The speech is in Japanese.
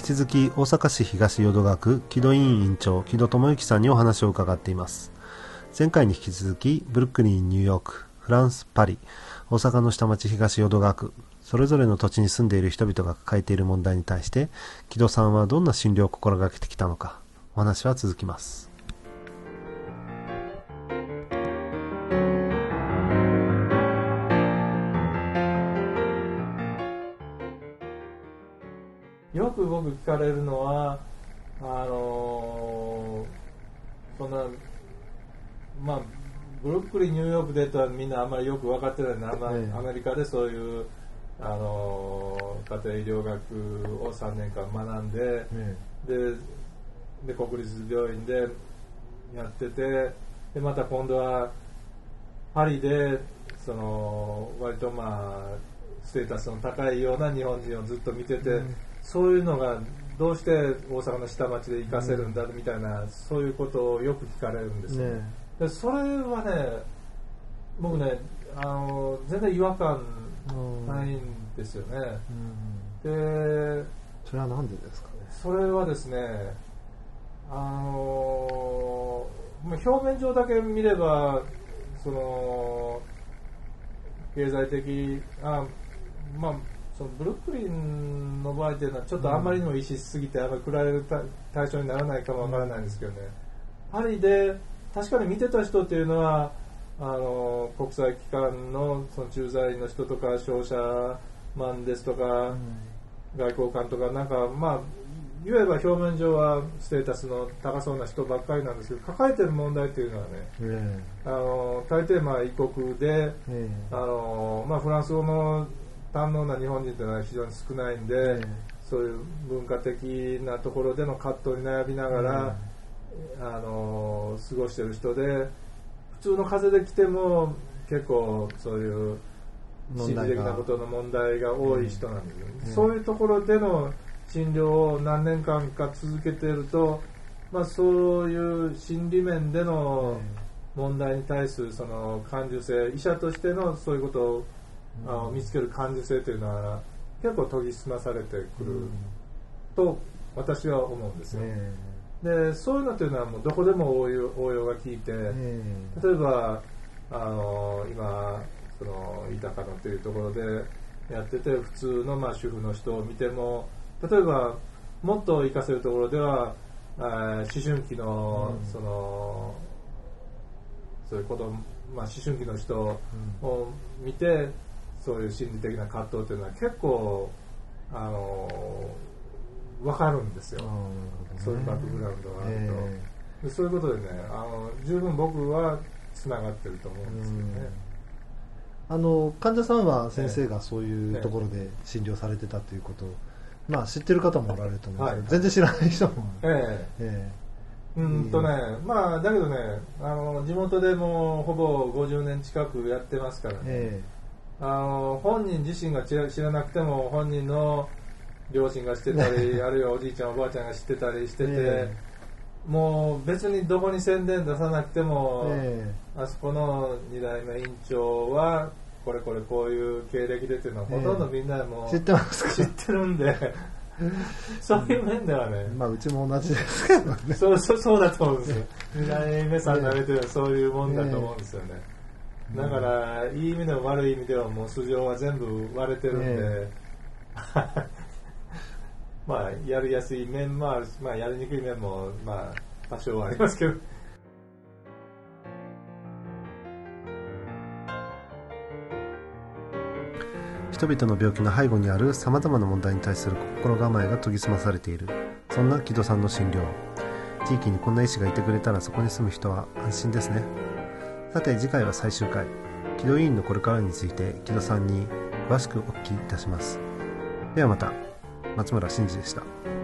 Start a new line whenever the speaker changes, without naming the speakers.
き続き大阪市東淀川区木戸委員院長木戸智之さんにお話を伺っています。前回に引き続きブルックリン、ニューヨーク、フランス、パリ、大阪の下町東淀川区、それぞれの土地に住んでいる人々が抱えている問題に対して木戸さんはどんな診療を心がけてきたのか、お話は続きます。
よく僕聞かれるのはそんなブルックリン、ニューヨークでとはみんなあんまりよく分かってないな、アメリカでそういう家庭医療学を3年間学んで、で国立病院でやってて、でまた今度はパリで割とステータスの高いような日本人をずっと見てて、そういうのがどうして大阪の下町で活かせるんだみたいな、そういうことをよく聞かれるんですよ、でそれはね、僕ね全然違和感ないんですよね、で
それは何でですかね。
それはですね、表面上だけ見れば経済的そのブルックリンの場合というのはちょっとあんまりにも意識しすぎてあんまり比べる対象にならないかもわからないんですけどね、パリで確かに見てた人っていうのは国際機関のその駐在の人とか商社マンですとか、外交官とか言えば表面上はステータスの高そうな人ばっかりなんですけど、抱えてる問題っていうのはね、大抵異国で、フランス語の堪能な日本人というのは非常に少ないんで、そういう文化的なところでの葛藤に悩みながら、過ごしている人で、普通の風邪で来ても結構そういう心理的なことの問題が多い人なんですよ、そういうところでの診療を何年間か続けていると、そういう心理面での問題に対するその感受性、医者としてのそういうことを見つける感受性というのは結構研ぎ澄まされてくると私は思うんですよ、でそういうのというのはもうどこでも応用が効いて、例えば今豊かなというところでやってて、普通の主婦の人を見ても、例えばもっと活かせるところでは思春期のそういう子供、思春期の人を見て、そういう心理的な葛藤というのは結構分かるんですよ、そういうバックグラウンドがあると、でそういうことでね、十分僕はつながってると思うんですよね。
患者さんは先生がそういうところで診療されてたということを、知ってる方もおられると思うんですけど、全然知らない人も
だけどね、地元でもほぼ50年近くやってますからね、本人自身が知らなくても本人の両親が知ってたりあるいはおじいちゃんおばあちゃんが知ってたりしてて、もう別にどこに宣伝出さなくても、あそこの2代目院長はこれこういう経歴でっていうのはほとんどみんなもう
知ってますか？
知ってるんでそういう面ではね、
うちも同じですけどね
そうだと思うんですよ2代目さんが出てるそういうもんだと思うんですよね、だからいい意味でも悪い意味ではもう素性は全部割れてるんで、やりやすい面もあるし、やりにくい面も多少はありますけど、
人々の病気の背後にあるさまざまな問題に対する心構えが研ぎ澄まされている、そんな木戸さんの診療。地域にこんな医師がいてくれたらそこに住む人は安心ですね。さて次回は最終回、木戸医院のこれからについて木戸さんに詳しくお聞きいたします。ではまた。松村真嗣でした。